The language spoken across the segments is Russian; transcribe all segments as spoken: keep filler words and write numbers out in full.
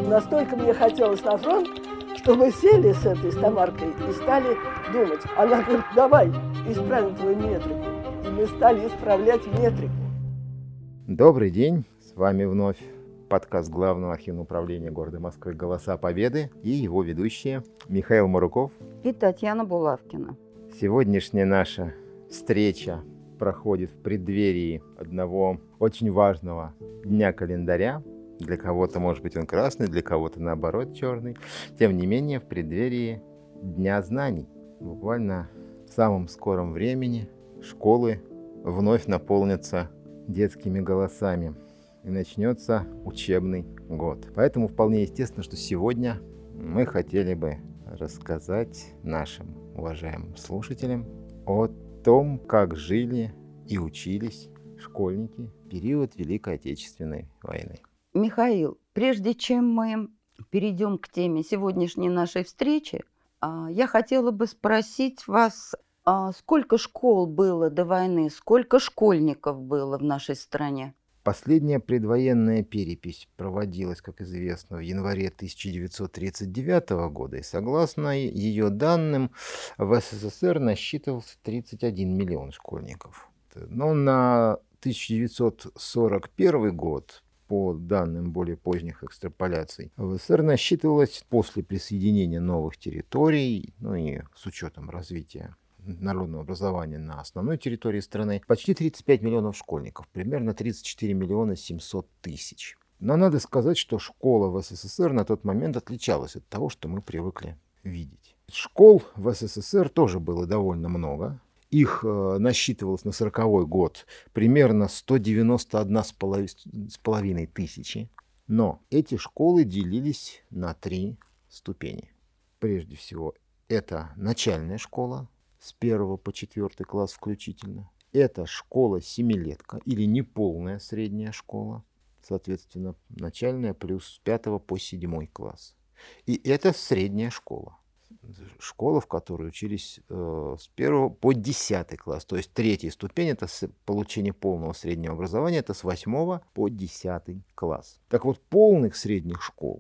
настолько мне хотелось на фронт, что мы сели с этой, с Тамаркой, и стали думать. Она говорит, давай, исправим твою метрику. И мы стали исправлять метрику. Добрый день, с вами вновь подкаст Главного архивного управления города Москвы «Голоса Победы» и его ведущие Михаил Маруков и Татьяна Булавкина. Сегодняшняя наша встреча проходит в преддверии одного очень важного дня календаря. Для кого-то, может быть, он красный, для кого-то, наоборот, черный. Тем не менее, в преддверии Дня знаний. Буквально в самом скором времени школы вновь наполнятся детскими голосами. И начнется учебный год. Поэтому вполне естественно, что сегодня мы хотели бы рассказать нашим уважаемым слушателям о том, как жили и учились школьники в период Великой Отечественной войны. Михаил, прежде чем мы перейдем к теме сегодняшней нашей встречи, я хотела бы спросить вас, сколько школ было до войны, сколько школьников было в нашей стране? Последняя предвоенная перепись проводилась, как известно, в январе тысяча девятьсот тридцать девятого года, и согласно ее данным, в СССР насчитывался тридцать один миллион школьников. Но на тысяча девятьсот сорок первый год, по данным более поздних экстраполяций, в СССР насчитывалось после присоединения новых территорий, ну и с учетом развития народного образования на основной территории страны, почти тридцать пять миллионов школьников, примерно тридцать четыре миллиона семьсот тысяч. Но надо сказать, что школа в СССР на тот момент отличалась от того, что мы привыкли видеть. Школ в СССР тоже было довольно много. Их э, насчитывалось на сороковой год примерно сто девяносто одна с половиной тысячи. Но эти школы делились на три ступени. Прежде всего, это начальная школа, с первого по четвертый класс включительно. Это школа-семилетка или неполная средняя школа, соответственно, начальная плюс с пятого по седьмой класс. И это средняя школа. Школа, в которой учились э, с первого по десятый класс. То есть третья ступень — это получение полного среднего образования, это с восьмого по десятый класс. Так вот, полных средних школ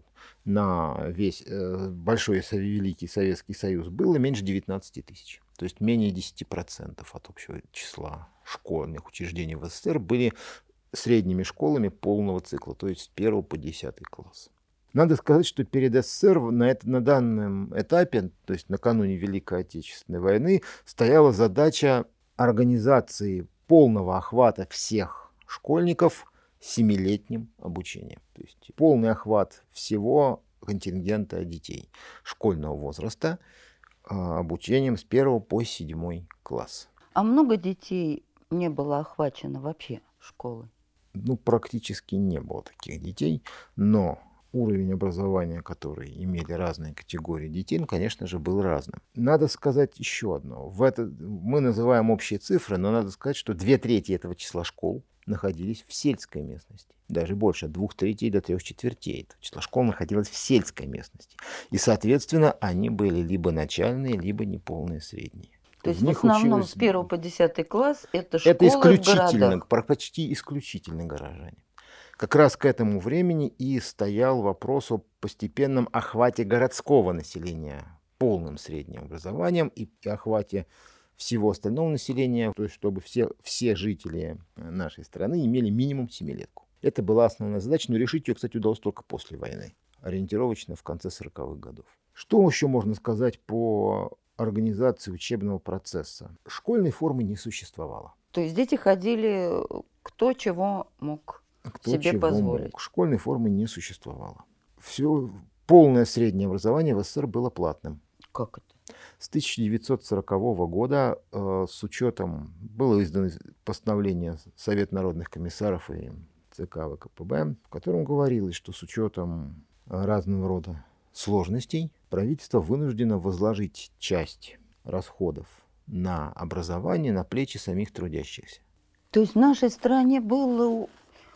на весь э, большой Великий Советский Союз было меньше девятнадцати тысяч. То есть менее десяти процентов от общего числа школьных учреждений в СССР были средними школами полного цикла, то есть с первого по десятый класс. Надо сказать, что перед СССР на, это, на данном этапе, то есть накануне Великой Отечественной войны, стояла задача организации полного охвата всех школьников семилетним обучением. То есть полный охват всего контингента детей школьного возраста обучением с первого по седьмой класс. А много детей не было охвачено вообще школой? Ну, практически не было таких детей, но уровень образования, который имели разные категории детей, конечно же, был разным. Надо сказать еще одно. В это, мы называем общие цифры, но надо сказать, что две трети этого числа школ находились в сельской местности. Даже больше, от двух третей до трех четвертей этого числа школ находилось в сельской местности. И, соответственно, они были либо начальные, либо неполные средние. То есть в основном училось... с первого по десятый класс это школы это исключительно, в городах? Почти исключительно горожане. Как раз к этому времени и стоял вопрос о постепенном охвате городского населения полным средним образованием и охвате всего остального населения, то есть чтобы все, все жители нашей страны имели минимум семилетку. Это была основная задача, но решить ее, кстати, удалось только после войны, ориентировочно в конце сороковых годов. Что еще можно сказать по организации учебного процесса? Школьной формы не существовало. То есть дети ходили кто чего мог кто себе чего позволить? Мог. Школьной формы не существовало. Все полное среднее образование в СССР было платным. Как это? С тысяча девятьсот сорокового года э, с учетом было издано постановление Совета народных комиссаров и ЦК ВКПБ, в котором говорилось, что с учетом разного рода сложностей правительство вынуждено возложить часть расходов на образование на плечи самих трудящихся. То есть в нашей стране был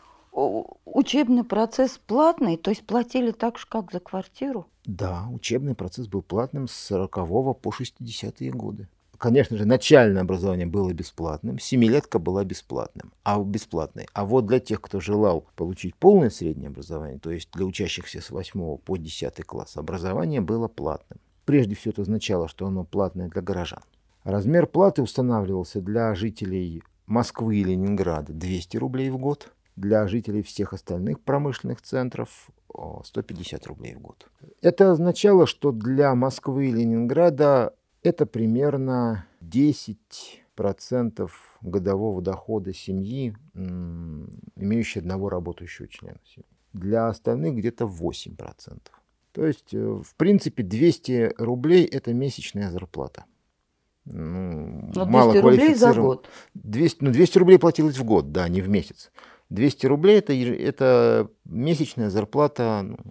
учебный процесс платный, то есть платили так же, как за квартиру? Да, учебный процесс был платным с сорокового по шестидесятые годы. конечно же, начальное образование было бесплатным, семилетка была бесплатным, а бесплатной. А вот для тех, кто желал получить полное среднее образование, то есть для учащихся с восьмого по десятый класс, образование было платным. Прежде всего, это означало, что оно платное для горожан. Размер платы устанавливался для жителей Москвы и Ленинграда двести рублей в год, для жителей всех остальных промышленных центров сто пятьдесят рублей в год. Это означало, что для Москвы и Ленинграда это примерно десять процентов годового дохода семьи, имеющей одного работающего члена семьи. Для остальных где-то восемь процентов. То есть, в принципе, двести рублей – это месячная зарплата. Ну, двести рублей за год. двести, ну, двести рублей платилось в год, да, не в месяц. двести рублей это, это месячная зарплата ну,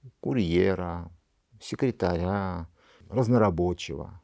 курьера, секретаря, разнорабочего,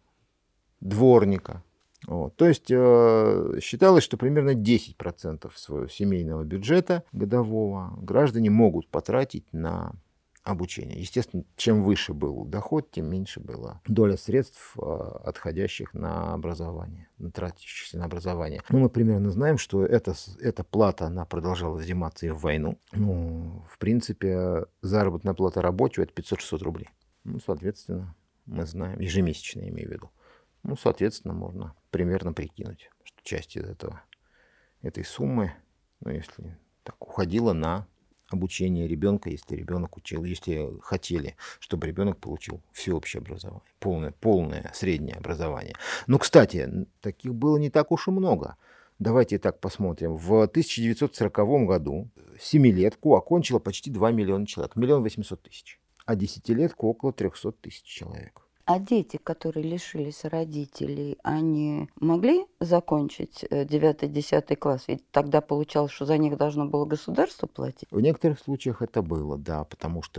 дворника. Вот. То есть э, считалось, что примерно десять процентов своего семейного бюджета годового граждане могут потратить на обучение. Естественно, чем выше был доход, тем меньше была доля средств, отходящих на образование, на тратящихся на образование. Ну, мы примерно знаем, что эта, эта плата, она продолжала взиматься и в войну. Ну, в принципе, заработная плата рабочего – это пятьсот-шестьсот рублей. Ну, соответственно, мы знаем, ежемесячно я имею в виду. Ну, соответственно, можно примерно прикинуть, что часть из этого, этой суммы, ну, если так, уходила на обучение ребенка, если ребенок учил, если хотели, чтобы ребенок получил всеобщее образование, полное, полное среднее образование. Ну, кстати, таких было не так уж и много. Давайте так посмотрим. В тысяча девятьсот сороковом году семилетку окончило почти два миллиона человек, миллион восемьсот тысяч, а десятилетку около трехсот тысяч человек. А дети, которые лишились родителей, они могли закончить девятый-десятый класс? Ведь тогда получалось, что за них должно было государство платить. В некоторых случаях это было, да, потому что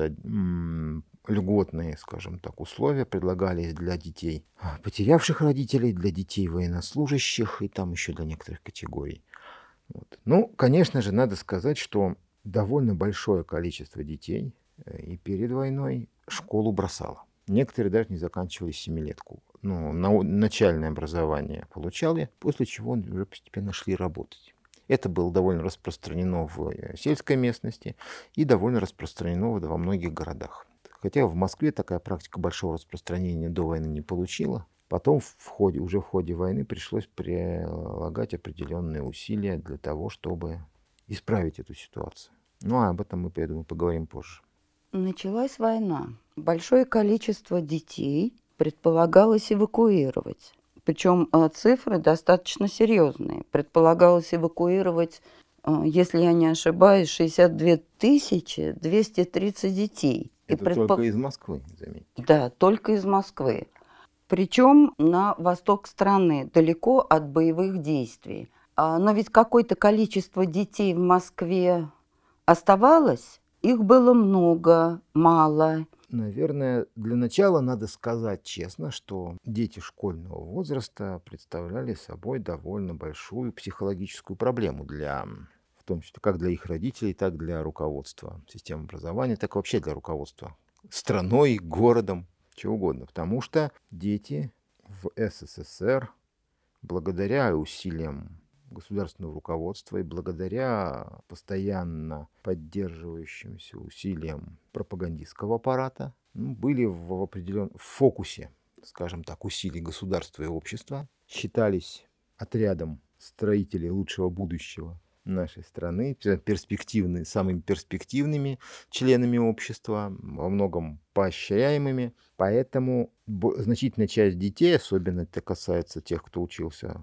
м- льготные, скажем так, условия предлагались для детей, потерявших родителей, для детей военнослужащих и там еще для некоторых категорий. Вот. Ну, конечно же, надо сказать, что довольно большое количество детей и перед войной школу бросало. Некоторые даже не заканчивали семилетку. Ну, на, начальное образование получали, после чего уже постепенно шли работать. Это было довольно распространено в сельской местности и довольно распространено во многих городах. Хотя в Москве такая практика большого распространения до войны не получила. Потом в ходе, уже в ходе войны пришлось прилагать определенные усилия для того, чтобы исправить эту ситуацию. Ну, а об этом мы, я думаю, поговорим позже. Началась война. Большое количество детей предполагалось эвакуировать. Причем цифры достаточно серьезные. Предполагалось эвакуировать, если я не ошибаюсь, шестьдесят две тысячи двести тридцать детей. Это И предпо... только из Москвы, заметьте. Да, только из Москвы. Причем на восток страны, далеко от боевых действий. Но ведь какое-то количество детей в Москве оставалось. Их было много, мало. Наверное, для начала надо сказать честно, что дети школьного возраста представляли собой довольно большую психологическую проблему для, в том числе как для их родителей, так и для руководства системы образования, так и вообще для руководства страной, городом, чего угодно. Потому что дети в СССР, благодаря усилиям государственного руководства и благодаря постоянно поддерживающимся усилиям пропагандистского аппарата ну, были в определенном фокусе, скажем так, усилий государства и общества, считались отрядом строителей лучшего будущего нашей страны, перспективные, самыми перспективными членами общества, во многом поощряемыми. Поэтому значительная часть детей, особенно это касается тех, кто учился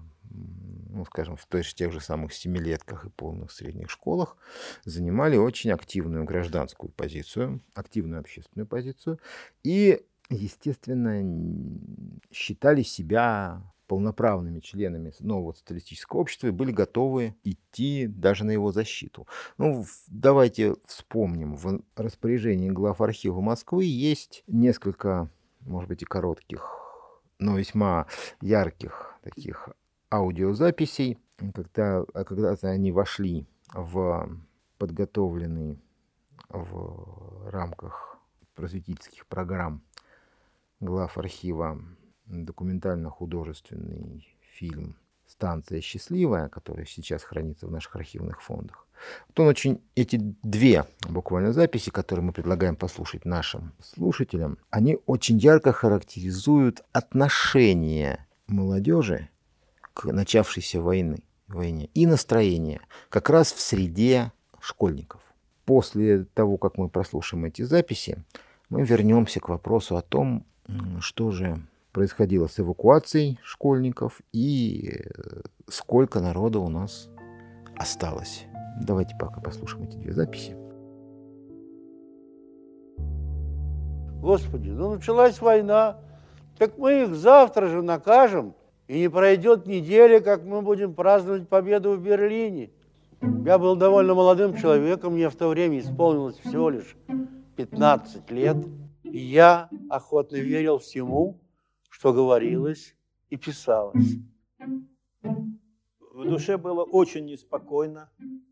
ну, скажем, в той же, тех же самых семилетках и полных средних школах, занимали очень активную гражданскую позицию, активную общественную позицию и, естественно, считали себя полноправными членами нового социалистического общества и были готовы идти даже на его защиту. Ну, давайте вспомним, в распоряжении главархива Москвы есть несколько, может быть, и коротких, но весьма ярких таких аудиозаписей, когда, когда-то они вошли в подготовленный в рамках просветительских программ глав архива документально-художественный фильм «Станция счастливая», который сейчас хранится в наших архивных фондах. Вот он очень, эти две буквально записи, которые мы предлагаем послушать нашим слушателям, они очень ярко характеризуют отношение молодежи к начавшейся войны, войне и настроение как раз в среде школьников. После того, как мы прослушаем эти записи, мы вернемся к вопросу о том, что же происходило с эвакуацией школьников и сколько народа у нас осталось. Давайте пока послушаем эти две записи. Господи, ну началась война, так мы их завтра же накажем, и не пройдет неделя, как мы будем праздновать победу в Берлине. Я был довольно молодым человеком, мне в то время исполнилось всего лишь пятнадцать лет, и я охотно верил всему, что говорилось и писалось. В душе было очень неспокойно,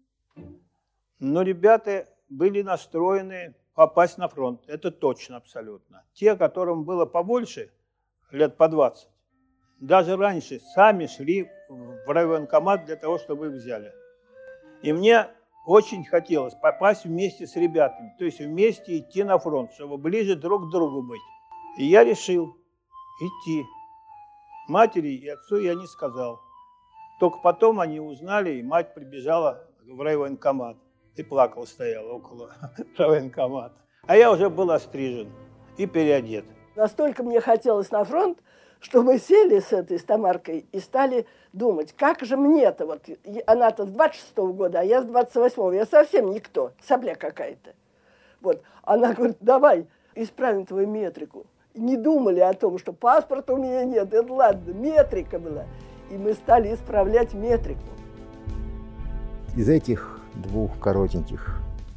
но ребята были настроены попасть на фронт, это точно абсолютно. Те, которым было побольше, лет по двадцать, даже раньше сами шли в райвоенкомат для того, чтобы их взяли. И мне очень хотелось попасть вместе с ребятами, то есть вместе идти на фронт, чтобы ближе друг к другу быть. И я решил идти. Матери и отцу я не сказал. Только потом они узнали, и мать прибежала в райвоенкомат и плакала, стояла около райвоенкомата. А я уже был острижен и переодет. Настолько мне хотелось на фронт, что мы сели с этой с Тамаркой и стали думать, как же мне-то, вот она-то с двадцать шестого года, а я с двадцать восьмого, я совсем никто, сопля какая-то. Вот, она говорит, давай исправим твою метрику. И не думали о том, что паспорта у меня нет, это ладно, метрика была. И мы стали исправлять метрику. Из этих двух коротеньких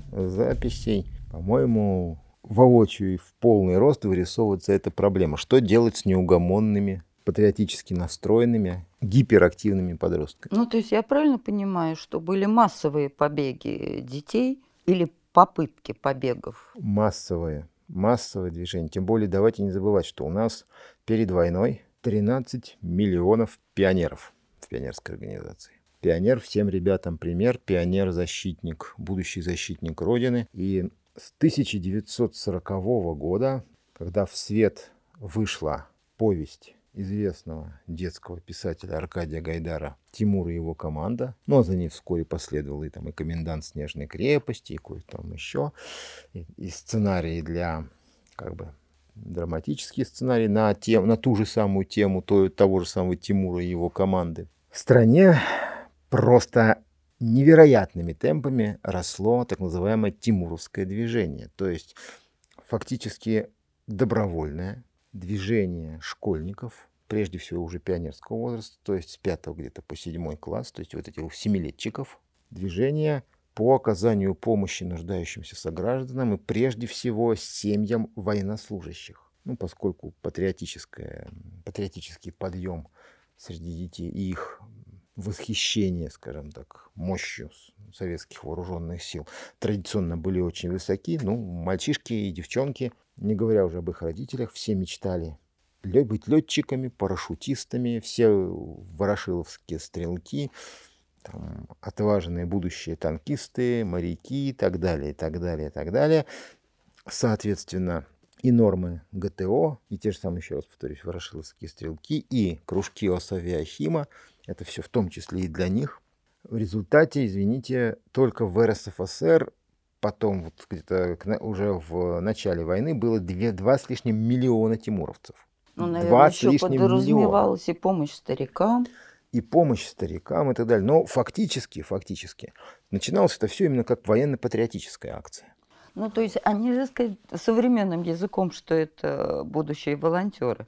записей, по-моему, воочию и в полный рост вырисовывается эта проблема. Что делать с неугомонными, патриотически настроенными, гиперактивными подростками? Ну, то есть я правильно понимаю, что были массовые побеги детей или попытки побегов? Массовые, массовое движение. Тем более давайте не забывать, что у нас перед войной тринадцать миллионов пионеров в пионерской организации. Пионер всем ребятам пример, пионер-защитник, будущий защитник Родины. И с тысяча девятьсот сорокового года, когда в свет вышла повесть известного детского писателя Аркадия Гайдара «Тимур и его команда», но за ней вскоре последовал и, там, и «Комендант Снежной крепости», и кое-что там еще, и, и сценарии для, как бы, драматические сценарии на, тем, на ту же самую тему то, того же самого Тимура и его команды. В стране просто невероятными темпами росло так называемое тимуровское движение, то есть фактически добровольное движение школьников, прежде всего уже пионерского возраста, то есть с пятого где-то по седьмой класс, то есть вот этих семилетчиков, движение по оказанию помощи нуждающимся согражданам и прежде всего семьям военнослужащих. Ну, поскольку патриотическое, патриотический подъем среди детей и их восхищение, скажем так, мощью советских вооруженных сил традиционно были очень высоки. Ну, мальчишки и девчонки, не говоря уже об их родителях, все мечтали быть летчиками, парашютистами, все ворошиловские стрелки, там, отважные будущие танкисты, моряки и так далее, и так далее, и так далее. Соответственно, и нормы ГТО, и те же самые, еще раз повторюсь, ворошиловские стрелки, и кружки Осавиахима, это все в том числе и для них. В результате, извините, только в РСФСР, потом вот где-то уже в начале войны было две, два с лишним миллиона тимуровцев. Ну, наверное, еще подразумевалась и помощь старикам. И помощь старикам и так далее. Но фактически, фактически, начиналось это все именно как военно-патриотическая акция. Ну, то есть, а нельзя сказать современным языком, что это будущие волонтеры?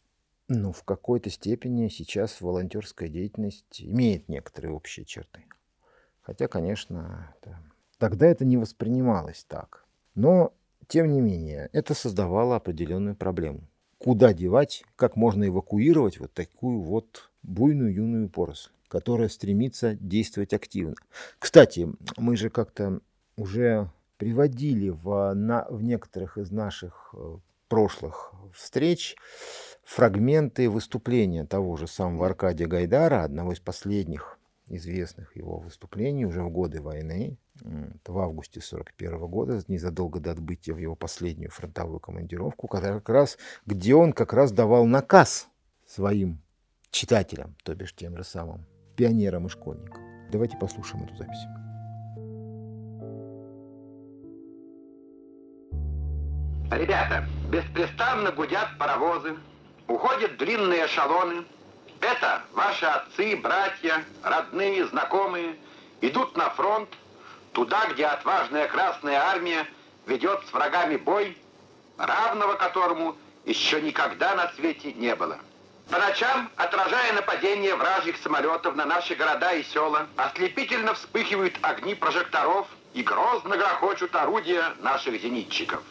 Ну, в какой-то степени сейчас волонтерская деятельность имеет некоторые общие черты. Хотя, конечно, это... тогда это не воспринималось так. Но, тем не менее, это создавало определенную проблему. Куда девать, как можно эвакуировать вот такую вот буйную юную поросль, которая стремится действовать активно. Кстати, мы же как-то уже приводили в, на, в некоторых из наших прошлых встреч фрагменты выступления того же самого Аркадия Гайдара, одного из последних известных его выступлений уже в годы войны, в августе сорок первого года, незадолго до отбытия в его последнюю фронтовую командировку, как раз, где он как раз давал наказ своим читателям, то бишь тем же самым пионерам и школьникам. Давайте послушаем эту запись. Ребята, беспрестанно гудят паровозы, уходят длинные эшелоны. Это ваши отцы, братья, родные, знакомые идут на фронт, туда, где отважная Красная Армия ведет с врагами бой, равного которому еще никогда на свете не было. По ночам, отражая нападение вражьих самолетов на наши города и села, ослепительно вспыхивают огни прожекторов и грозно грохочут орудия наших зенитчиков.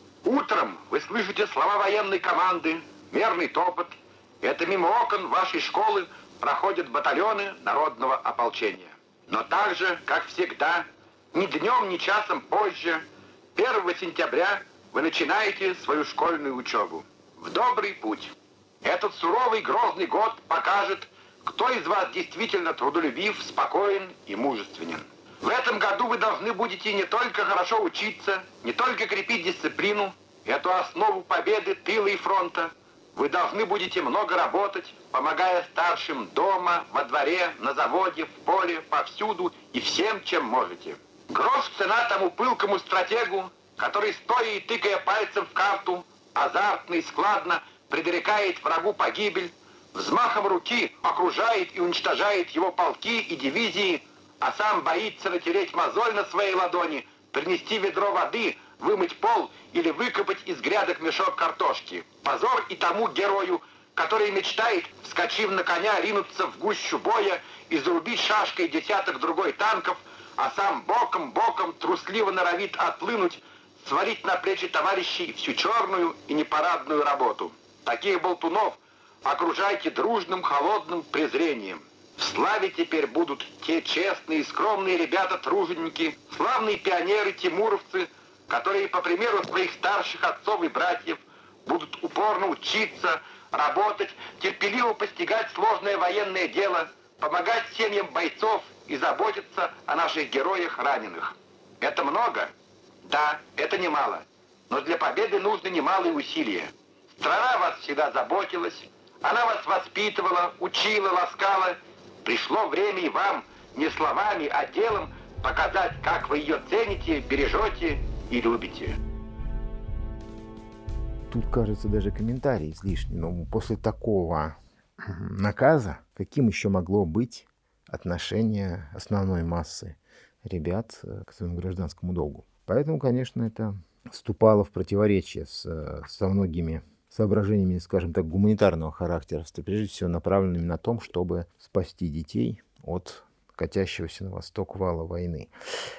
Утром вы слышите слова военной команды, мерный топот. Это мимо окон вашей школы проходят батальоны народного ополчения. Но так же, как всегда, ни днем, ни часом позже, первого сентября вы начинаете свою школьную учебу. В добрый путь. Этот суровый грозный год покажет, кто из вас действительно трудолюбив, спокоен и мужественен. В этом году вы должны будете не только хорошо учиться, не только крепить дисциплину, эту основу победы тыла и фронта. Вы должны будете много работать, помогая старшим дома, во дворе, на заводе, в поле, повсюду и всем, чем можете. Грош цена тому пылкому стратегу, который, стоя и тыкая пальцем в карту, азартно и складно предрекает врагу погибель, взмахом руки окружает и уничтожает его полки и дивизии, а сам боится натереть мозоль на своей ладони, принести ведро воды, вымыть пол или выкопать из грядок мешок картошки. Позор и тому герою, который мечтает, вскочив на коня, ринуться в гущу боя и зарубить шашкой десяток другой танков, а сам боком-боком трусливо норовит отплынуть, свалить на плечи товарищей всю черную и непарадную работу. Таких болтунов окружайте дружным холодным презрением. В славе теперь будут те честные и скромные ребята-труженики, славные пионеры-тимуровцы, которые, по примеру своих старших отцов и братьев, будут упорно учиться, работать, терпеливо постигать сложное военное дело, помогать семьям бойцов и заботиться о наших героях раненых. Это много? Да, это немало. Но для победы нужны немалые усилия. Страна вас всегда заботилась, она вас воспитывала, учила, ласкала. Пришло время и вам не словами, а делом показать, как вы ее цените, бережете и любите. Тут, кажется, даже комментарий излишний, но после такого наказа каким еще могло быть отношение основной массы ребят к своему гражданскому долгу? Поэтому, конечно, это вступало в противоречие с, со многими соображениями, скажем так, гуманитарного характера, прежде всего направленными на том, чтобы спасти детей от катящегося на восток вала войны.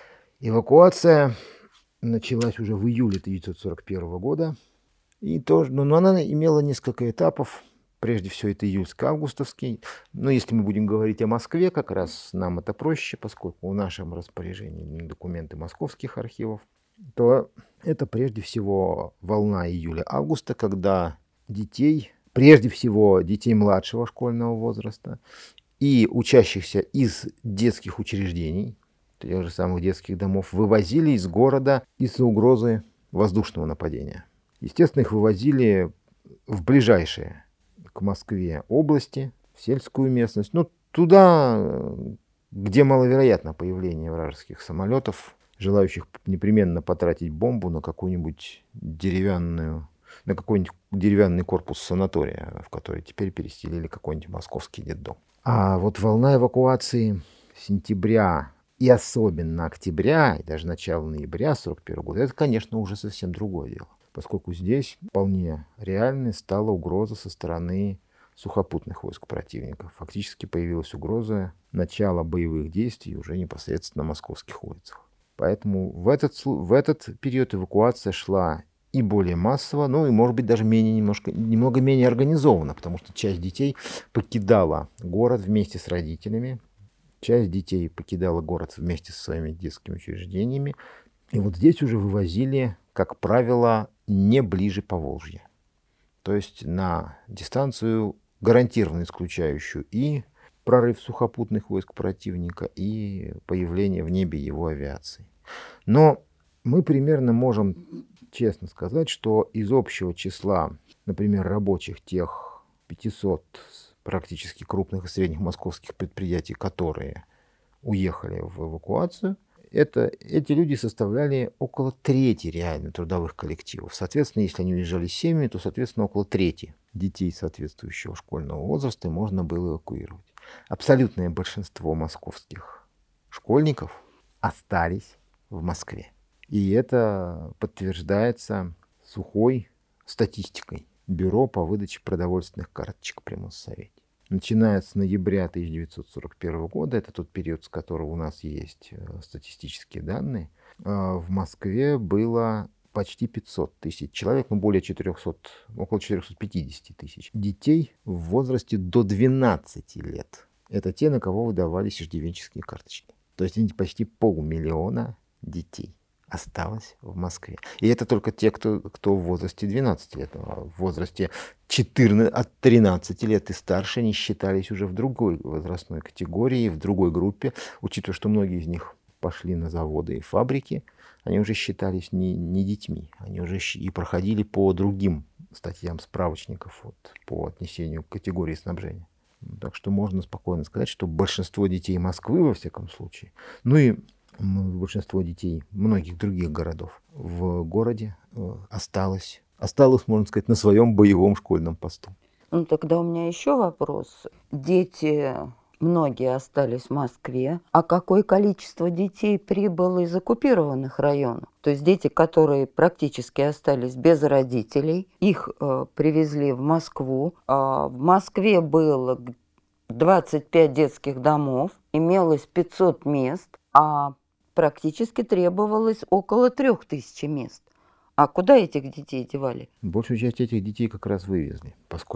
Эвакуация началась уже в июле тысяча девятьсот сорок первого года, и тоже, но она имела несколько этапов. Прежде всего, это июльско-августовский. Но если мы будем говорить о Москве, как раз нам это проще, поскольку в нашем распоряжении документы московских архивов, то это прежде всего волна июля-августа, когда детей, прежде всего детей младшего школьного возраста и учащихся из детских учреждений, тех же самых детских домов, вывозили из города из-за угрозы воздушного нападения. Естественно, их вывозили в ближайшие к Москве области, в сельскую местность, ну, туда, где маловероятно появление вражеских самолетов, желающих непременно потратить бомбу на какую-нибудь деревянную, на какой-нибудь деревянный корпус санатория, в который теперь переселили какой-нибудь московский детдом. А вот волна эвакуации сентября и особенно октября, и даже начала ноября сорок первого года, это, конечно, уже совсем другое дело, поскольку здесь вполне реальной стала угроза со стороны сухопутных войск противника. Фактически появилась угроза начала боевых действий уже непосредственно на московских улицах. Поэтому в этот, в этот период эвакуация шла и более массово, ну и, может быть, даже менее, немножко, немного менее организованно, потому что часть детей покидала город вместе с родителями, часть детей покидала город вместе со своими детскими учреждениями. И вот здесь уже вывозили, как правило, не ближе Поволжья. То есть на дистанцию, гарантированно исключающую и прорыв сухопутных войск противника, и появление в небе его авиации. Но мы примерно можем честно сказать, что из общего числа, например, рабочих тех пятисот практически крупных и средних московских предприятий, которые уехали в эвакуацию, это, эти люди составляли около трети реально трудовых коллективов. Соответственно, если они уезжали с семьями, то, соответственно, около трети детей соответствующего школьного возраста можно было эвакуировать. Абсолютное большинство московских школьников остались в Москве. И это подтверждается сухой статистикой Бюро по выдаче продовольственных карточек при Моссовете. Начиная с ноября тысяча девятьсот сорок первого года, это тот период, с которого у нас есть статистические данные, в Москве было почти пятьсот тысяч человек, ну более четырехсот, около четырехсот пятидесяти тысяч детей в возрасте до двенадцати лет. Это те, на кого выдавались иждивенческие карточки. То есть почти полмиллиона детей осталось в Москве. И это только те, кто, кто в возрасте двенадцати лет. А в возрасте четырнадцати, от тринадцати лет и старше они считались уже в другой возрастной категории, в другой группе. Учитывая, что многие из них пошли на заводы и фабрики, они уже считались не, не детьми. Они уже и проходили по другим статьям справочников вот, по отнесению к категории снабжения. Так что можно спокойно сказать, что большинство детей Москвы, во всяком случае, ну и большинство детей многих других городов в городе осталось, осталось, можно сказать, на своем боевом школьном посту. Ну, тогда у меня еще вопрос. Дети, многие остались в Москве. А какое количество детей прибыло из оккупированных районов? То есть дети, которые практически остались без родителей, их э, привезли в Москву. А в Москве было двадцать пять детских домов, имелось пятьсот мест, а практически требовалось около трех тысяч мест. А куда этих детей девали? Большую часть этих детей как раз вывезли,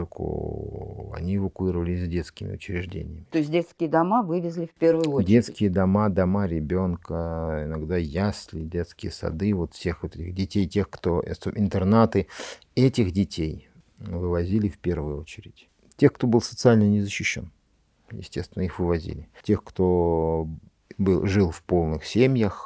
поскольку они эвакуировались детскими учреждениями. То есть детские дома вывезли в первую очередь? Детские дома, дома ребенка, иногда ясли, детские сады, вот всех вот этих детей, тех, кто интернаты, этих детей вывозили в первую очередь. Тех, кто был социально не защищен, естественно, их вывозили. Тех, кто был, жил в полных семьях,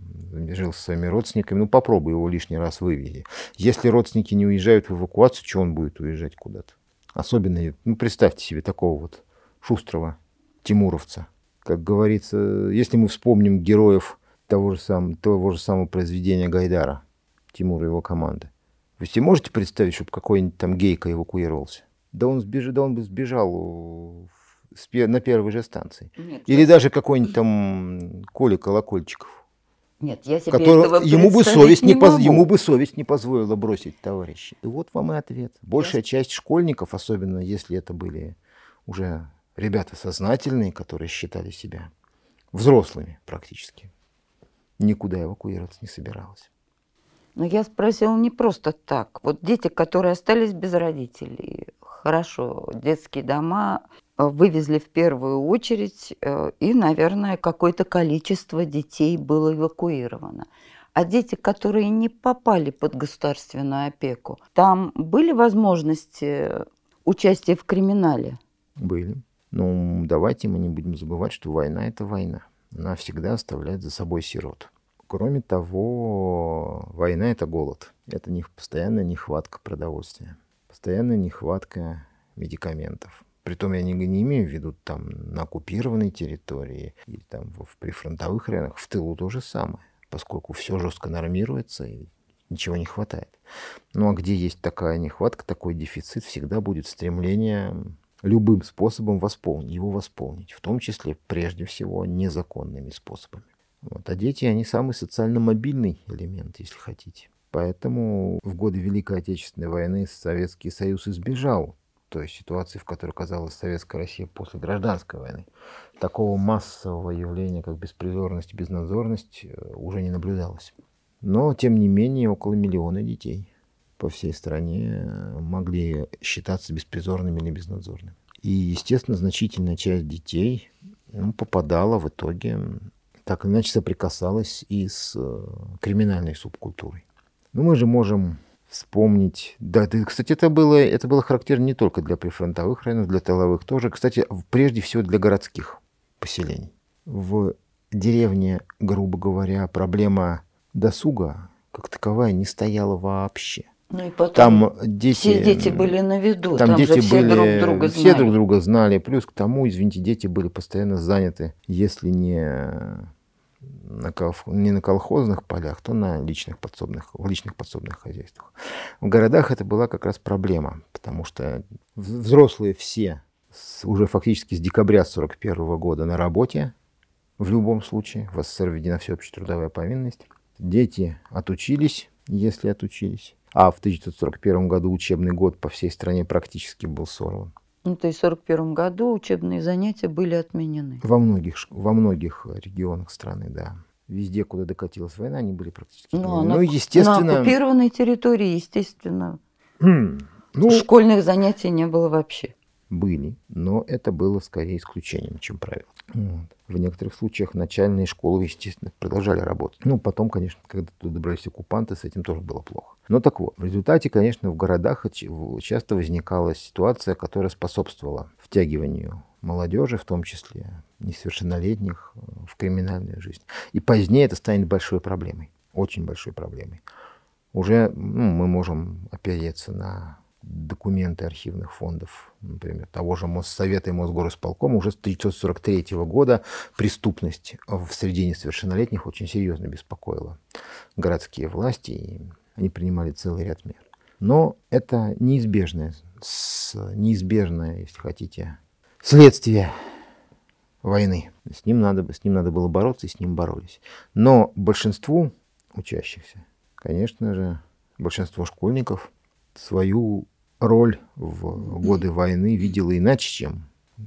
жил со своими родственниками, ну попробуй его лишний раз вывези. Если родственники не уезжают в эвакуацию, что он будет уезжать куда-то? Особенно, ну представьте себе такого вот шустрого тимуровца. Как говорится, если мы вспомним героев того же самого, того же самого произведения Гайдара, Тимура и его команды, вы себе можете представить, чтобы какой-нибудь там гейка эвакуировался? Да он, сбеж... да он бы сбежал на первой же станции. Нет, или я... даже какой-нибудь там Коля Колокольчиков. Нет, я себе который, этого ему бы совесть не не поз... могу. Ему бы совесть не позволила бросить товарищей. И вот вам и ответ. Большая я... часть школьников, особенно если это были уже ребята сознательные, которые считали себя взрослыми практически, никуда эвакуироваться не собиралась. Но я спросила не просто так. Вот дети, которые остались без родителей, хорошо, детские дома вывезли в первую очередь, и, наверное, какое-то количество детей было эвакуировано. А дети, которые не попали под государственную опеку, там были возможности участия в криминале? Были. Ну, давайте мы не будем забывать, что война – это война. Она всегда оставляет за собой сирот. Кроме того, война – это голод. Это не, постоянная нехватка продовольствия, постоянная нехватка медикаментов. Притом я не, не имею в виду там на оккупированной территории или там в прифронтовых районах. В тылу то же самое, поскольку все жестко нормируется и ничего не хватает. Ну а где есть такая нехватка, такой дефицит, всегда будет стремление любым способом восполнить, его восполнить, в том числе, прежде всего, незаконными способами. Вот. А дети, они самый социально мобильный элемент, если хотите. Поэтому в годы Великой Отечественной войны Советский Союз избежал той ситуации, в которой оказалась Советская Россия после Гражданской войны. Такого массового явления, как беспризорность и безнадзорность, уже не наблюдалось. Но, тем не менее, около миллиона детей по всей стране могли считаться беспризорными или безнадзорными. И, естественно, значительная часть детей ну, попадала в итоге, так или иначе соприкасалась и с криминальной субкультурой. Но мы же можем вспомнить. Да, это, кстати, это было, это было характерно не только для прифронтовых районов, для тыловых тоже. Кстати, прежде всего для городских поселений. В деревне, грубо говоря, проблема досуга как таковая не стояла вообще. Ну и потом там дети, все дети были на виду, там, там дети же все были, друг друга все знали. друг друга знали. Плюс к тому, извините, дети были постоянно заняты, если не на, колх... не на колхозных полях, то на личных подсобных, в личных подсобных хозяйствах. В городах это была как раз проблема, потому что взрослые все с, уже фактически с декабря сорок первого года на работе, в любом случае, в СССР введена всеобщая трудовая повинность. Дети отучились, если отучились. А в тысяча девятьсот сорок первом году учебный год по всей стране практически был сорван. Ну, то есть в сорок первом году учебные занятия были отменены. Во многих, во многих регионах страны, да. Везде, куда докатилась война, они были практически Ну, отменены. на, Ну, естественно... на оккупированной территории, естественно, ну, школьных занятий не было вообще. Были, но это было скорее исключением, чем правило. Вот. В некоторых случаях начальные школы, естественно, продолжали работать. Ну, потом, конечно, когда туда добрались оккупанты, с этим тоже было плохо. Но так вот, в результате, конечно, в городах часто возникала ситуация, которая способствовала втягиванию молодежи, в том числе несовершеннолетних, в криминальную жизнь. И позднее это станет большой проблемой, очень большой проблемой. Уже ну, мы можем опереться на документы архивных фондов, например, того же Моссовета и Мосгорисполкома. Уже с тысяча девятьсот сорок третьего года преступность в среде несовершеннолетних очень серьезно беспокоила городские власти, и они принимали целый ряд мер. Но это неизбежное, неизбежное, если хотите, следствие войны. С ним надо, с ним надо было бороться, и с ним боролись. Но большинству учащихся, конечно же, большинство школьников свою роль в годы войны видела иначе, чем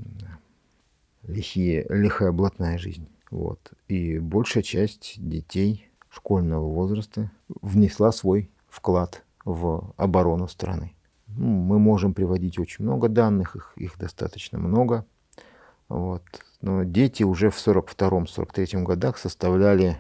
лихие, лихая блатная жизнь. Вот. И большая часть детей школьного возраста внесла свой вклад в оборону страны. Ну, мы можем приводить очень много данных, их, их достаточно много. Вот. Но дети уже в сорок втором — сорок третьем годах составляли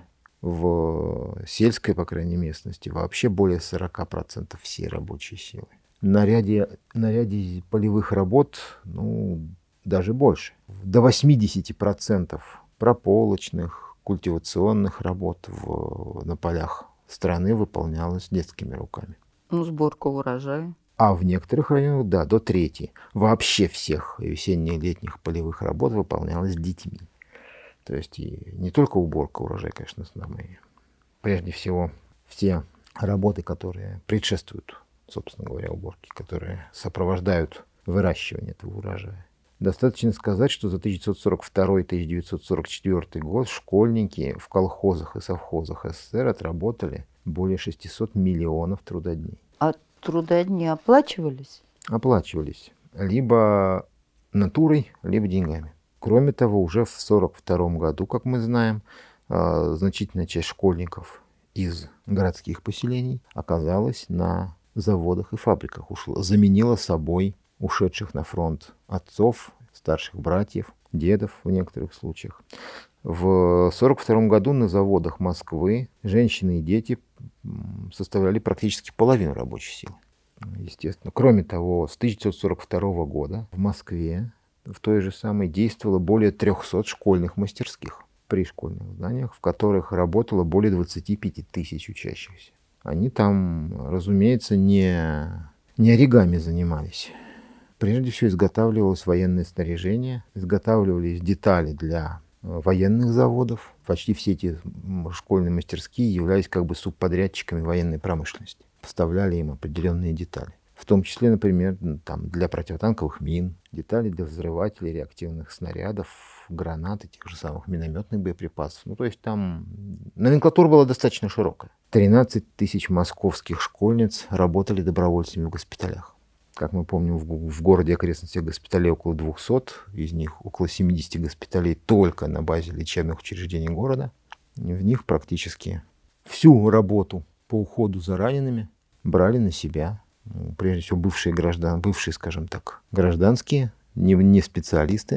в сельской, по крайней мере, местности вообще более сорока процентов всей рабочей силы. На ряде, на ряде полевых работ, ну, даже больше. До восьмидесяти процентов прополочных, культивационных работ в, на полях страны выполнялась детскими руками. Ну, сборка урожая. А в некоторых районах, да, до трети. Вообще всех весенне-летних полевых работ выполнялась детьми. То есть и не только уборка урожая, конечно, основные. Прежде всего, все работы, которые предшествуют, собственно говоря, уборке, которые сопровождают выращивание этого урожая. Достаточно сказать, что за тысяча девятьсот сорок второй — тысяча девятьсот сорок четвёртый год школьники в колхозах и совхозах СССР отработали более шестисот миллионов трудодней. А трудодни оплачивались? Оплачивались либо натурой, либо деньгами. Кроме того, уже в сорок втором году, как мы знаем, значительная часть школьников из городских поселений оказалась на заводах и фабриках, ушла, заменила собой ушедших на фронт отцов, старших братьев, дедов в некоторых случаях. В сорок втором году на заводах Москвы женщины и дети составляли практически половину рабочей силы. Естественно. Кроме того, с тысяча девятьсот сорок второго года в Москве в той же самой действовало более трехсот школьных мастерских при школьных зданиях, в которых работало более двадцати пяти тысяч учащихся. Они там, разумеется, не, не оригами занимались. Прежде всего изготавливалось военное снаряжение, изготавливались детали для военных заводов. Почти все эти школьные мастерские являлись как бы субподрядчиками военной промышленности. Поставляли им определенные детали. В том числе, например, там, для противотанковых мин, детали для взрывателей, реактивных снарядов, гранат и тех же самых минометных боеприпасов. Ну, то есть там номенклатура была достаточно широкая. тринадцать тысяч московских школьниц работали добровольцами в госпиталях. Как мы помним, в, в городе окрестностях госпиталей около двухсот, из них около семидесяти госпиталей только на базе лечебных учреждений города. И в них практически всю работу по уходу за ранеными брали на себя. Прежде всего, бывшие граждан, бывшие, скажем так, гражданские, не, не специалисты,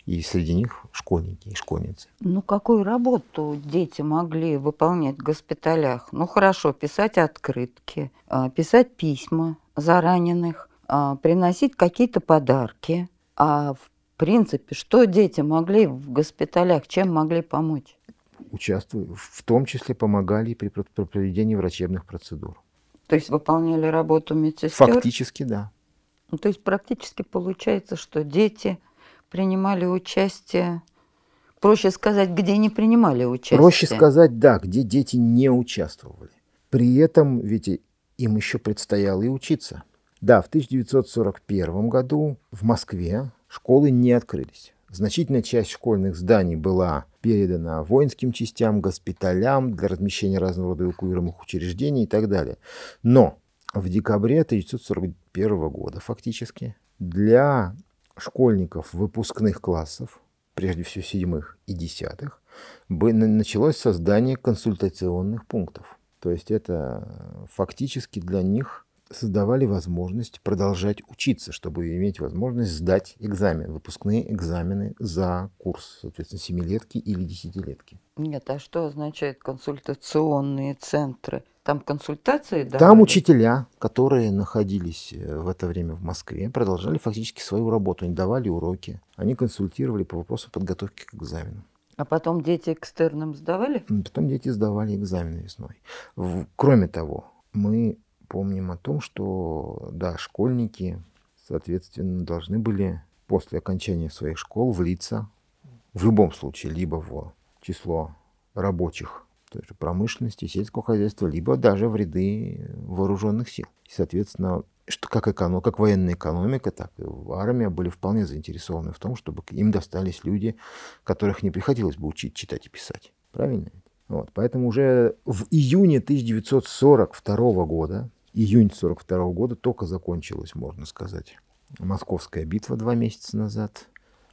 И среди них школьники и школьницы. Ну, какую работу дети могли выполнять в госпиталях? Ну, хорошо, писать открытки, писать письма за раненых, приносить какие-то подарки. А в принципе, что дети могли в госпиталях, чем могли помочь? Участвовали, в том числе помогали при проведении врачебных процедур. То есть выполняли работу медсестер? Фактически, да. Ну, то есть практически получается, что дети принимали участие, проще сказать, где не принимали участие. Проще сказать, да, где дети не участвовали. При этом ведь им еще предстояло и учиться. Да, в тысяча девятьсот сорок первом году в Москве школы не открылись. Значительная часть школьных зданий была передана воинским частям, госпиталям для размещения разного рода эвакуируемых учреждений и так далее. Но в декабре тысяча девятьсот сорок первого года фактически для школьников выпускных классов, прежде всего седьмых и десятых, началось создание консультационных пунктов. То есть это фактически для них создавали возможность продолжать учиться, чтобы иметь возможность сдать экзамен, выпускные экзамены за курс, соответственно, семилетки или десятилетки. Нет, а что означает консультационные центры? Там консультации давали? Там учителя, которые находились в это время в Москве, продолжали фактически свою работу. Они давали уроки, они консультировали по вопросу подготовки к экзаменам. А потом дети экстерном сдавали? Потом дети сдавали экзамены весной. Кроме того, мы помним о том, что, да, школьники, соответственно, должны были после окончания своих школ влиться в любом случае либо в число рабочих той же промышленности, сельского хозяйства, либо даже в ряды вооруженных сил. И, соответственно, что как, эконом, как военная экономика, так и армия были вполне заинтересованы в том, чтобы им достались люди, которых не приходилось бы учить читать и писать. Правильно? Вот, поэтому уже в июне тысяча девятьсот сорок второго года, июнь сорок второго года только закончилась, можно сказать, Московская битва два месяца назад.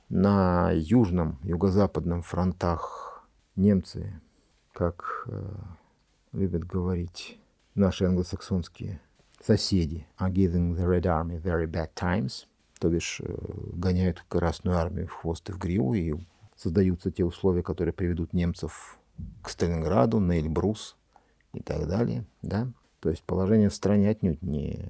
На южном, юго-западном фронтах немцы, как э, любят говорить наши англосаксонские соседи, are giving the Red Army very bad times, то бишь э, гоняют Красную армию в хвост и в гриву, и создаются те условия, которые приведут немцев к Сталинграду, на Эльбрус и так далее. Да? То есть положение в стране отнюдь не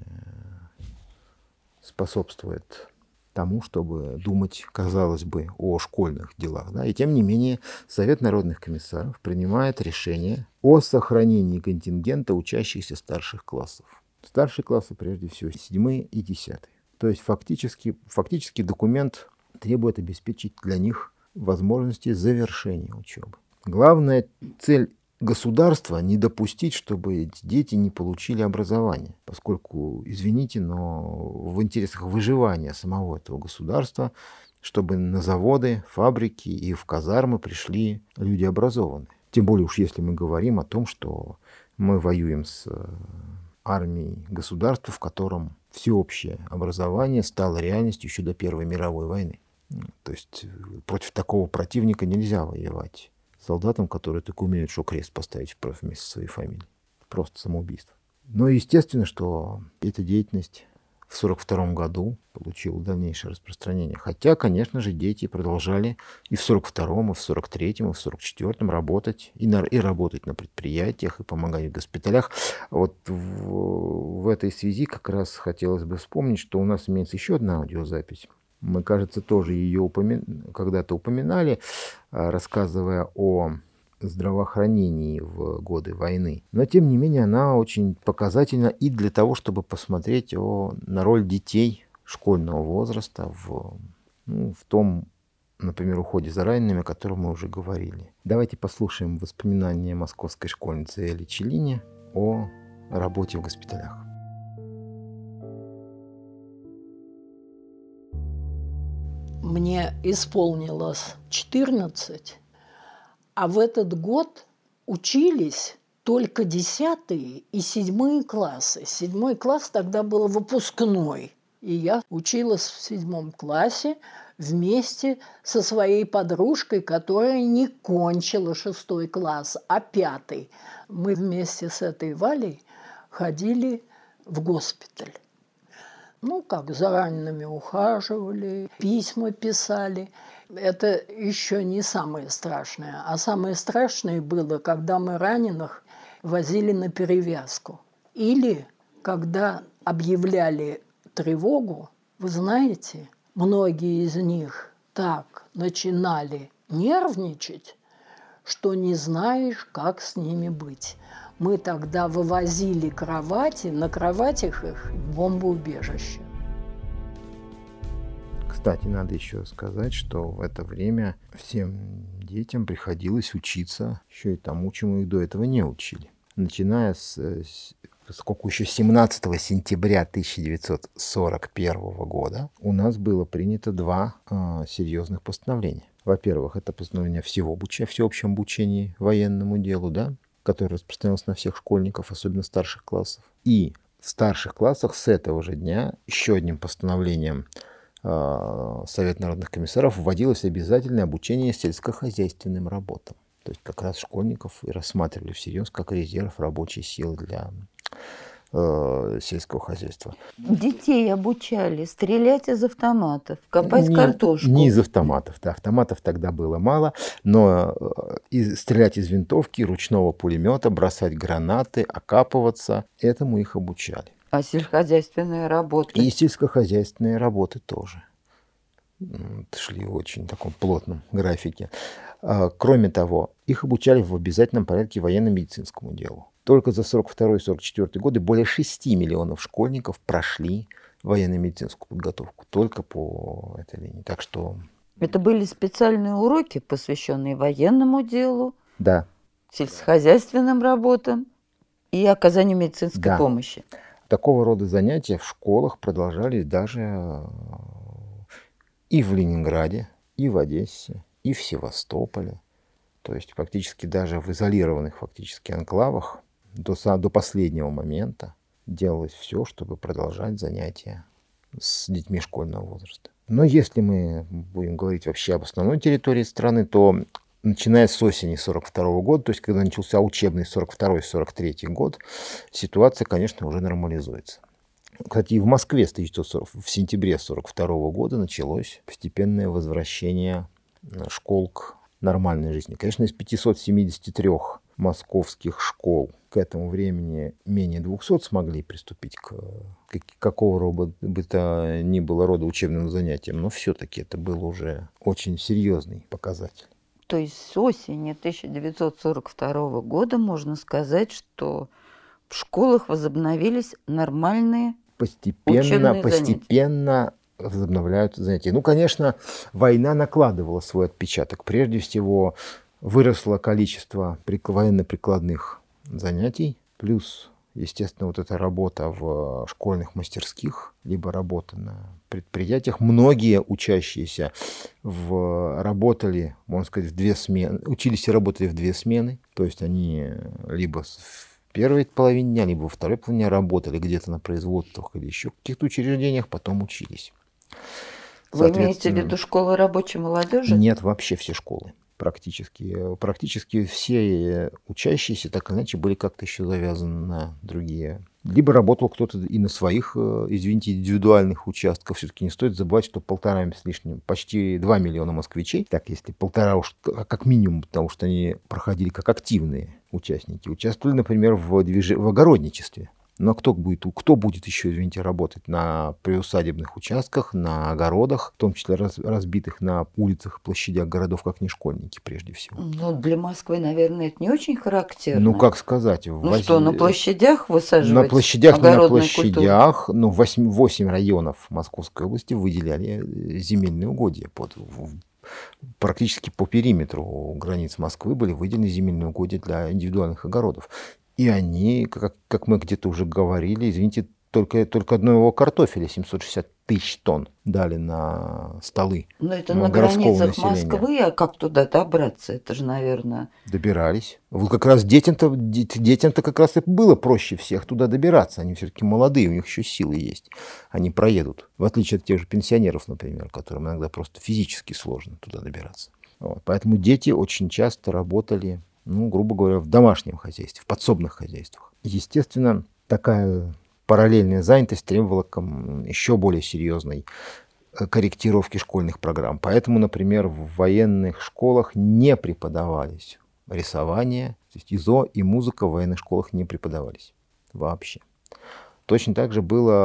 способствует тому, чтобы думать, казалось бы, о школьных делах. Да? И тем не менее Совет народных комиссаров принимает решение о сохранении контингента учащихся старших классов. Старшие классы, прежде всего, седьмые и десятые. То есть фактически, фактически документ требует обеспечить для них возможности завершения учебы. Главная цель государства — не допустить, чтобы эти дети не получили образование, поскольку, извините, но в интересах выживания самого этого государства, чтобы на заводы, фабрики и в казармы пришли люди образованные. Тем более уж если мы говорим о том, что мы воюем с армией государства, в котором всеобщее образование стало реальностью еще до Первой мировой войны. То есть против такого противника нельзя воевать солдатам, которые только умеют, что крест поставить вместо своей фамилии. Просто самоубийство. Но естественно, что эта деятельность в сорок втором году получила дальнейшее распространение. Хотя, конечно же, дети продолжали и в сорок втором, и в сорок третьем, и в сорок четвёртом работать, и, на, и работать на предприятиях, и помогать в госпиталях. Вот в, в этой связи как раз хотелось бы вспомнить, что у нас имеется еще одна аудиозапись. Мы, кажется, тоже ее упомя... когда-то упоминали, рассказывая о здравоохранении в годы войны. Но, тем не менее, она очень показательна и для того, чтобы посмотреть о... на роль детей школьного возраста в, ну, в том, например, уходе за ранеными, о котором мы уже говорили. Давайте послушаем воспоминания московской школьницы Эли Челини о работе в госпиталях. Мне исполнилось четырнадцать, а в этот год учились только десятые и седьмые классы. Седьмой класс тогда был выпускной, и я училась в седьмом классе вместе со своей подружкой, которая не кончила шестой класс, а пятый. Мы вместе с этой Валей ходили в госпиталь. Ну, как за ранеными ухаживали, письма писали. это еще не самое страшное. А самое страшное было, когда мы раненых возили на перевязку. Или когда объявляли тревогу, вы знаете, многие из них так начинали нервничать, что не знаешь, как с ними быть. Мы тогда вывозили кровати, на кроватях их в бомбоубежище. Кстати, надо еще сказать, что в это время всем детям приходилось учиться еще и тому, чему их до этого не учили. Начиная с, с сколько еще семнадцатого сентября тысяча девятьсот сорок первого года у нас было принято два э, серьезных постановления. Во-первых, это постановление о всего обучении, всеобщем обучении военному делу, да, которое распространялось на всех школьников, особенно старших классов. И в старших классах с этого же дня еще одним постановлением э, Совета народных комиссаров вводилось обязательное обучение сельскохозяйственным работам. То есть как раз школьников и рассматривали всерьез как резерв рабочей силы для э, сельского хозяйства. Детей обучали стрелять из автоматов, копать не, картошку. Не из автоматов, да, автоматов тогда было мало, но э, из, стрелять из винтовки, ручного пулемета, бросать гранаты, окапываться, этому их обучали. А сельскохозяйственные работы? И сельскохозяйственные работы тоже. Шли в очень таком плотном графике. Кроме того, их обучали в обязательном порядке военно-медицинскому делу. Только за сорок второй — сорок четвёртый годы более шести миллионов школьников прошли военно-медицинскую подготовку только по этой линии. Так что... Это были специальные уроки, посвященные военному делу, да, сельскохозяйственным работам и оказанию медицинской да. помощи. Такого рода занятия в школах продолжались даже и в Ленинграде, и в Одессе, и в Севастополе. То есть фактически даже в изолированных фактически анклавах до, до последнего момента делалось все, чтобы продолжать занятия с детьми школьного возраста. Но если мы будем говорить вообще об основной территории страны, то начиная с осени сорок второго года, то есть когда начался учебный сорок второй — сорок третий год, ситуация, конечно, уже нормализуется. Кстати, и в Москве с тысяча девятьсот сорок, в сентябре сорок второго года началось постепенное возвращение школ к нормальной жизни. Конечно, из пятисот семидесяти трёх московских школ к этому времени менее двухсот смогли приступить к какого бы то ни было рода учебным занятиям, но все-таки это был уже очень серьезный показатель. То есть с осени тысяча девятьсот сорок второго года можно сказать, что в школах возобновились нормальные постепенно, учебные постепенно занятия. Возобновляются занятия. Ну, конечно, война накладывала свой отпечаток. Прежде всего, выросло количество военно-прикладных занятий, плюс, естественно, вот эта работа в школьных мастерских, либо работа на предприятиях. Многие учащиеся в, работали, можно сказать, в две смены, учились и работали в две смены, то есть они либо в первой половине дня, либо во второй половине дня работали где-то на производствах или еще в каких-то учреждениях, потом учились. Вы имеете в виду школы рабочей молодежи? Нет, вообще все школы. Практически, практически все учащиеся так или иначе были как-то еще завязаны на другие. Либо работал кто-то и на своих, извините, индивидуальных участках. Все-таки не стоит забывать, что полтора с лишним, почти два миллиона москвичей, так если полтора уж как минимум, потому что они проходили как активные участники, участвовали, например, в, движ... в огородничестве. Но кто будет, кто будет еще, извините, работать на приусадебных участках, на огородах, в том числе раз, разбитых на улицах, площадях городов, как не школьники, прежде всего? Ну, для Москвы, наверное, это не очень характерно. Ну, как сказать? Ну воз... что, на площадях высаживать? На площадях, не на площадях. Культуру? Ну, восемь районов Московской области выделяли земельные угодья. Под, практически по периметру границ Москвы были выделены земельные угодья для индивидуальных огородов. И они, как, как мы где-то уже говорили, извините, только, только одного картофеля семьсот шестьдесят тысяч тонн дали на столы. Но это на границах Москвы, а как туда добраться? Это же, наверное... Добирались. Вот как раз детям-то, детям-то как раз и было проще всех туда добираться. Они все-таки молодые, у них еще силы есть. Они проедут. В отличие от тех же пенсионеров, например, которым иногда просто физически сложно туда добираться. Вот. Поэтому дети очень часто работали, ну, грубо говоря, в домашнем хозяйстве, в подсобных хозяйствах. Естественно, такая параллельная занятость требовала еще более серьезной корректировки школьных программ. Поэтому, например, в военных школах не преподавались рисование, то есть ИЗО и музыка в военных школах не преподавались вообще. Точно так же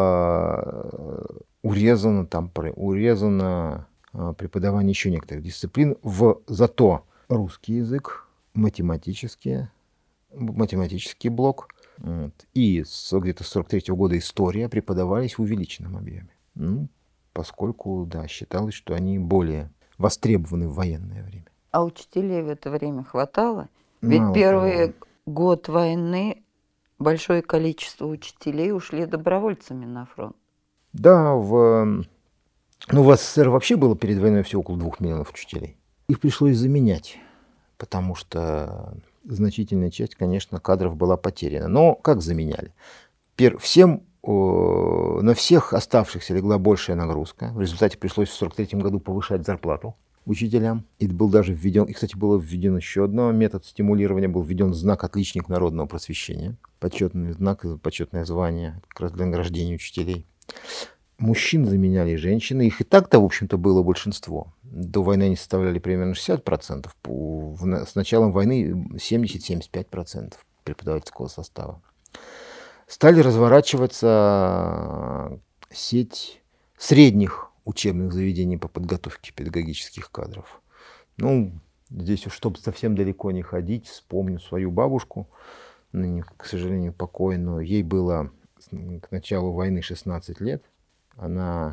было урезано, там, урезано преподавание еще некоторых дисциплин, в, зато русский язык, математические, математический блок вот, и с, где-то с сорок третьего года история преподавались в увеличенном объеме. Ну, поскольку, да, считалось, что они более востребованы в военное время. А учителей в это время хватало? Ведь Мало первый того. год войны большое количество учителей ушли добровольцами на фронт. Да, в, ну, в СССР вообще было перед войной всего около двух миллионов учителей. Их пришлось заменять, потому что значительная часть, конечно, кадров была потеряна. Но как заменяли? Пер, всем, о, на всех оставшихся легла большая нагрузка. В результате пришлось в сорок третьем году повышать зарплату учителям. И был даже введен, и, кстати, был введен еще один метод стимулирования, был введен знак «Отличник народного просвещения», почетный знак, почетное звание как раз для награждения учителей. Мужчин заменяли женщины, их и так-то, в общем-то, было большинство. До войны они составляли примерно шестьдесят процентов, с началом войны семьдесят — семьдесят пять процентов преподавательского состава. Стали разворачиваться сеть средних учебных заведений по подготовке педагогических кадров. Ну, здесь уж, чтобы совсем далеко не ходить, вспомню свою бабушку, ныне, к сожалению, покойную. Ей было к началу войны шестнадцать лет. Она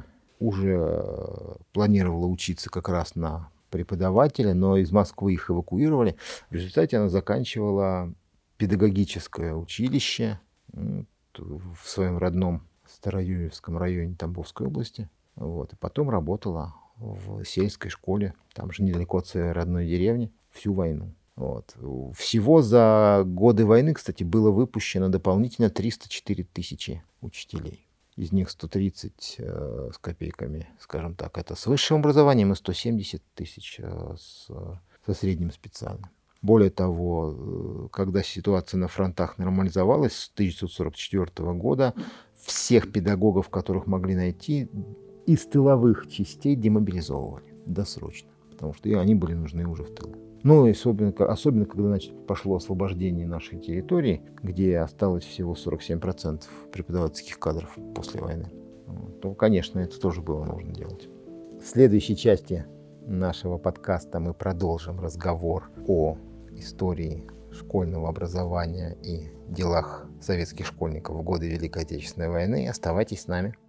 уже планировала учиться как раз на преподавателя, но из Москвы их эвакуировали. В результате она заканчивала педагогическое училище в своем родном Староюрьевском районе Тамбовской области. Вот. И потом работала в сельской школе, там же недалеко от своей родной деревни, всю войну. Вот. Всего за годы войны, кстати, было выпущено дополнительно триста четыре тысячи учителей. Из них сто тридцать э, с копейками, скажем так, это с высшим образованием, и сто семьдесят тысяч э, с, со средним специальным. Более того, э, когда ситуация на фронтах нормализовалась с тысяча девятьсот сорок четвёртого года, всех педагогов, которых могли найти, из тыловых частей демобилизовывали досрочно, потому что и они были нужны уже в тылу. Ну, и особенно, особенно когда, значит, пошло освобождение нашей территории, где осталось всего сорок семь процентов преподавательских кадров после войны, то, конечно, это тоже было нужно делать. В следующей части нашего подкаста мы продолжим разговор о истории школьного образования и делах советских школьников в годы Великой Отечественной войны. Оставайтесь с нами.